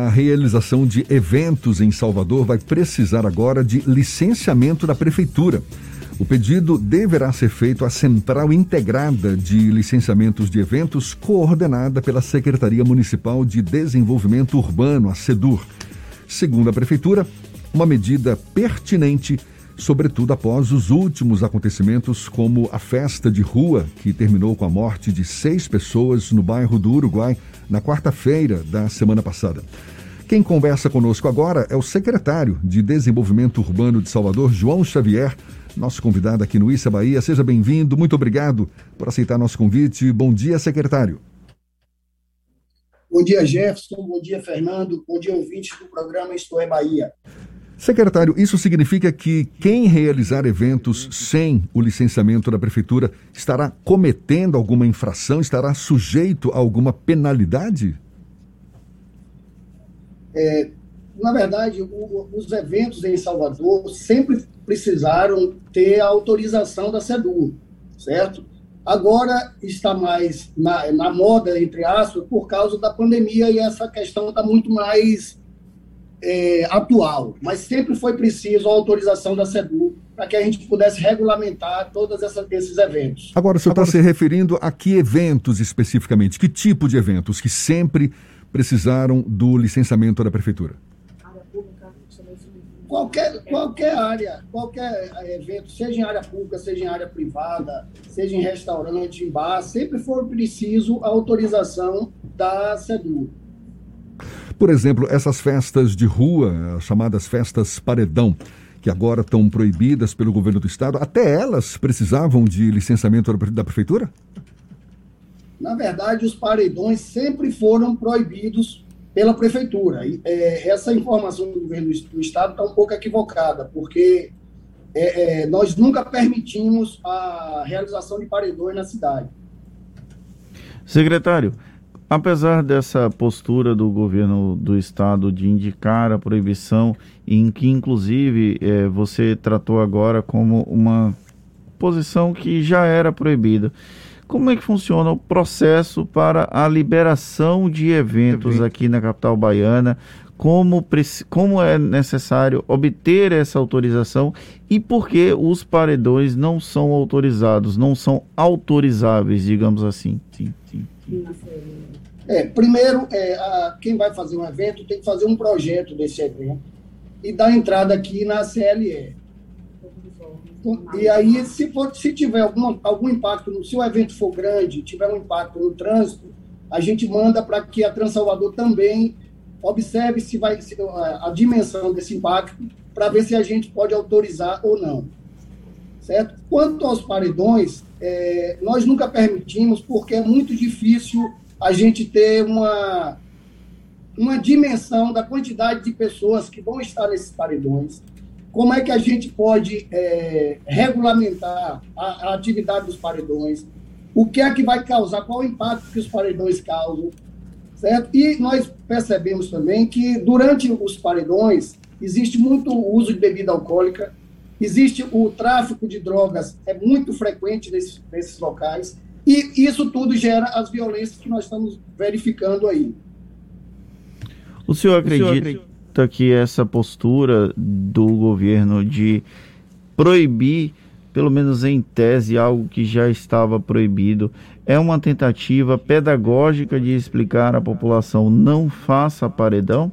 realização de eventos em Salvador vai precisar agora de licenciamento da Prefeitura. O pedido deverá ser feito à Central Integrada de Licenciamentos de Eventos, coordenada pela Secretaria Municipal de Desenvolvimento Urbano, a SEDUR. Segundo a Prefeitura, uma medida pertinente, sobretudo após os últimos acontecimentos, como a festa de rua, que terminou com a morte de 6 pessoas no bairro do Uruguai, na quarta-feira da semana passada. Quem conversa conosco agora é o secretário de Desenvolvimento Urbano de Salvador, João Xavier, nosso convidado aqui no Issa Bahia. Seja bem-vindo, muito obrigado por aceitar nosso convite. Bom dia, secretário. Bom dia, Jefferson. Bom dia, Fernando. Bom dia, ouvintes do programa Isto é Bahia. Secretário, isso significa que quem realizar eventos sem o licenciamento da Prefeitura estará cometendo alguma infração, estará sujeito a alguma penalidade? Na verdade, os eventos em Salvador sempre precisaram ter a autorização da SEDUR, certo? Agora está mais na moda, entre aspas, por causa da pandemia, e essa questão está muito mais atual, mas sempre foi preciso a autorização da SEDUR para que a gente pudesse regulamentar todos esses eventos. Agora, o senhor está se referindo a que eventos especificamente? Que tipo de eventos que sempre precisaram do licenciamento da Prefeitura? Qualquer área, qualquer evento, seja em área pública, seja em área privada, seja em restaurante, em bar, sempre foi preciso a autorização da SEDUR. Por exemplo, essas festas de rua, as chamadas festas paredão, que agora estão proibidas pelo governo do estado, até elas precisavam de licenciamento da Prefeitura? Na verdade, os paredões sempre foram proibidos pela Prefeitura. Essa informação do governo do estado está um pouco equivocada, porque nós nunca permitimos a realização de paredões na cidade. Secretário, apesar dessa postura do governo do estado de indicar a proibição, em que inclusive você tratou agora como uma posição que já era proibida, como é que funciona o processo para a liberação de eventos aqui na capital baiana? Como é necessário obter essa autorização e por que os paredões não são autorizados, não são autorizáveis, digamos assim? Sim. Primeiro, quem vai fazer um evento tem que fazer um projeto desse evento e dar entrada aqui na CLE. E aí, se tiver algum impacto, se o evento for grande, tiver um impacto no trânsito, a gente manda para que a Transalvador também observe a dimensão desse impacto, para ver se a gente pode autorizar ou não. Certo? Quanto aos paredões, nós nunca permitimos, porque é muito difícil a gente ter uma dimensão da quantidade de pessoas que vão estar nesses paredões. Como é que a gente pode regulamentar a atividade dos paredões? O que é que vai causar? Qual o impacto que os paredões causam? Certo? E nós percebemos também que durante os paredões existe muito uso de bebida alcoólica, existe o tráfico de drogas, é muito frequente nesses locais, e isso tudo gera as violências que nós estamos verificando aí. O senhor acredita que essa postura do governo de proibir, pelo menos em tese, algo que já estava proibido, é uma tentativa pedagógica de explicar à população não faça paredão?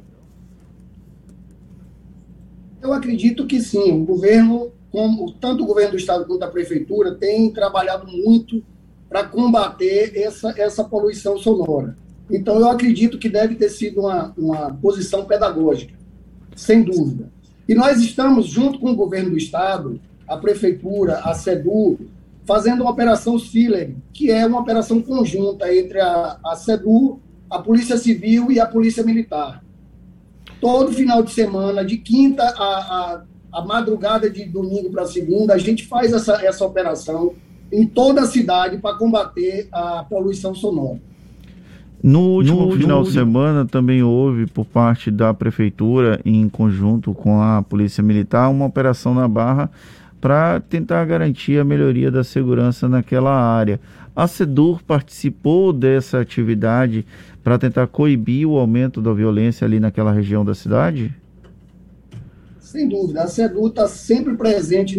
Eu acredito que sim. O governo, tanto o governo do estado quanto a prefeitura, tem trabalhado muito para combater essa poluição sonora. Então, eu acredito que deve ter sido uma posição pedagógica, sem dúvida. E nós estamos, junto com o governo do estado, a prefeitura, a SEDUR, fazendo uma operação Celery, que é uma operação conjunta entre a SEDUR, a Polícia Civil e a Polícia Militar. Todo final de semana, de quinta a madrugada de domingo para segunda, a gente faz essa operação em toda a cidade para combater a poluição sonora. No último final de semana também houve, por parte da Prefeitura, em conjunto com a Polícia Militar, uma operação na Barra para tentar garantir a melhoria da segurança naquela área. A SEDUR participou dessa atividade para tentar coibir o aumento da violência ali naquela região da cidade? Sem dúvida, a SEDUR está sempre presente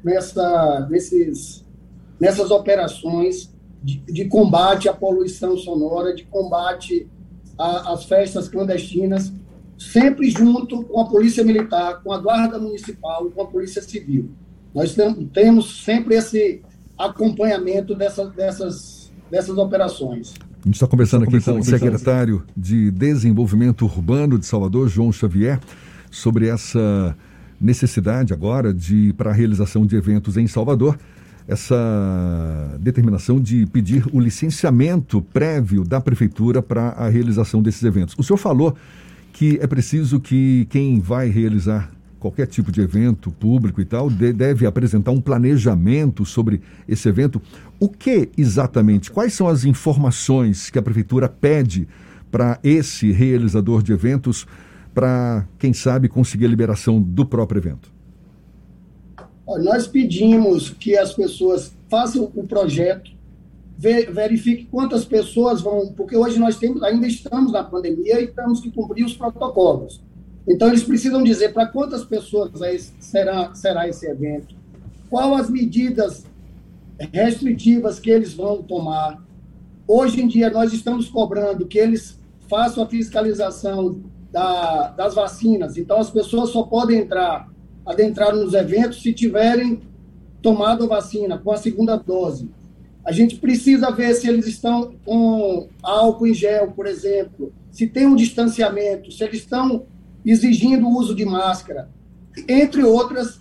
nessas operações de combate à poluição sonora, de combate às festas clandestinas, sempre junto com a Polícia Militar, com a Guarda Municipal e com a Polícia Civil. Nós temos sempre esse acompanhamento dessas operações. A gente está conversando aqui com o secretário de Desenvolvimento Urbano de Salvador, João Xavier, sobre essa necessidade agora para a realização de eventos em Salvador, essa determinação de pedir o licenciamento prévio da Prefeitura para a realização desses eventos. O senhor falou que é preciso que quem vai realizar qualquer tipo de evento público e tal, deve apresentar um planejamento sobre esse evento. O que exatamente? Quais são as informações que a Prefeitura pede para esse realizador de eventos para, quem sabe, conseguir a liberação do próprio evento? Nós pedimos que as pessoas façam o projeto, verifiquem quantas pessoas vão, porque hoje nós ainda estamos na pandemia e temos que cumprir os protocolos. Então, eles precisam dizer para quantas pessoas será esse evento, quais as medidas restritivas que eles vão tomar. Hoje em dia, nós estamos cobrando que eles façam a fiscalização das vacinas. Então, as pessoas só podem adentrar nos eventos se tiverem tomado a vacina, com a segunda dose. A gente precisa ver se eles estão com álcool em gel, por exemplo, se tem um distanciamento, se eles estão exigindo o uso de máscara, entre outros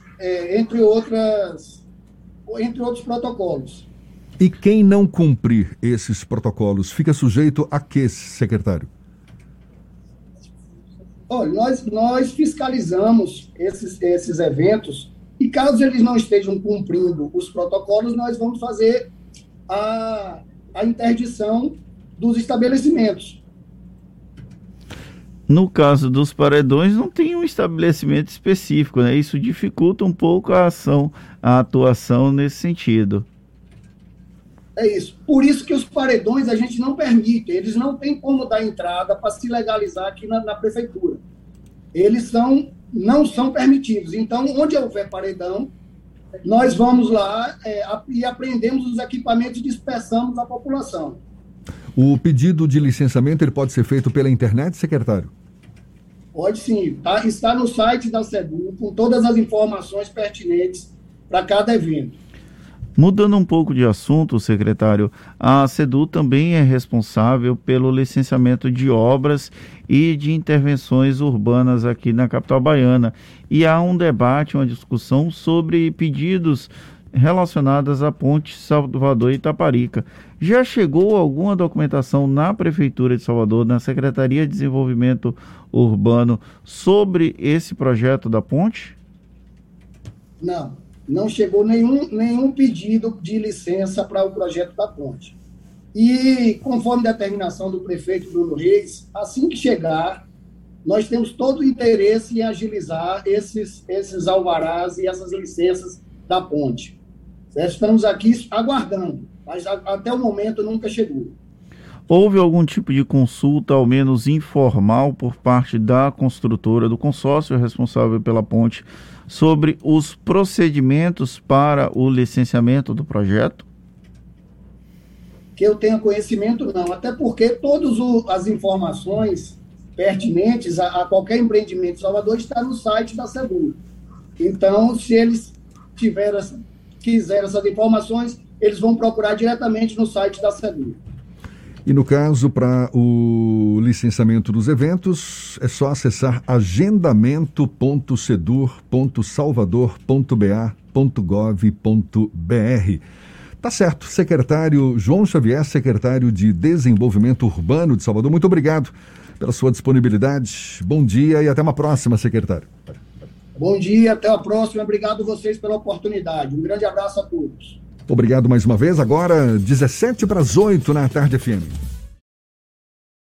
protocolos. E quem não cumprir esses protocolos fica sujeito a quê, secretário? Olha, nós fiscalizamos esses eventos e caso eles não estejam cumprindo os protocolos, nós vamos fazer a interdição dos estabelecimentos. No caso dos paredões, não tem um estabelecimento específico, né? Isso dificulta um pouco a atuação nesse sentido. É isso. Por isso que os paredões a gente não permite. Eles não têm como dar entrada para se legalizar aqui na prefeitura. Eles não são permitidos. Então, onde houver paredão, nós vamos lá e apreendemos os equipamentos e dispersamos a população. O pedido de licenciamento ele pode ser feito pela internet, secretário? Pode sim. Está no site da SEDUR, com todas as informações pertinentes para cada evento. Mudando um pouco de assunto, secretário, a SEDUR também é responsável pelo licenciamento de obras e de intervenções urbanas aqui na capital baiana. E há um debate, uma discussão sobre pedidos relacionadas à ponte Salvador e Itaparica. Já chegou alguma documentação na Prefeitura de Salvador, na Secretaria de Desenvolvimento Urbano, sobre esse projeto da ponte? Não chegou nenhum pedido de licença para o projeto da ponte. E, conforme determinação do prefeito Bruno Reis, assim que chegar, nós temos todo o interesse em agilizar esses alvarás e essas licenças da ponte. Estamos aqui aguardando, mas até o momento nunca chegou. Houve algum tipo de consulta, ao menos informal, por parte da construtora, do consórcio responsável pela ponte, sobre os procedimentos para o licenciamento do projeto? Que eu tenha conhecimento, não. Até porque todas as informações pertinentes a qualquer empreendimento em Salvador está no site da SEDUR. Então, se eles quiserem essas informações, eles vão procurar diretamente no site da SEDUR. E no caso, para o licenciamento dos eventos, é só acessar agendamento.sedur.salvador.ba.gov.br. Tá certo. Secretário João Xavier, secretário de Desenvolvimento Urbano de Salvador, muito obrigado pela sua disponibilidade. Bom dia e até uma próxima, secretário. Bom dia, até a próxima. Obrigado a vocês pela oportunidade. Um grande abraço a todos. Obrigado mais uma vez. Agora, 7:17 na Tarde FM.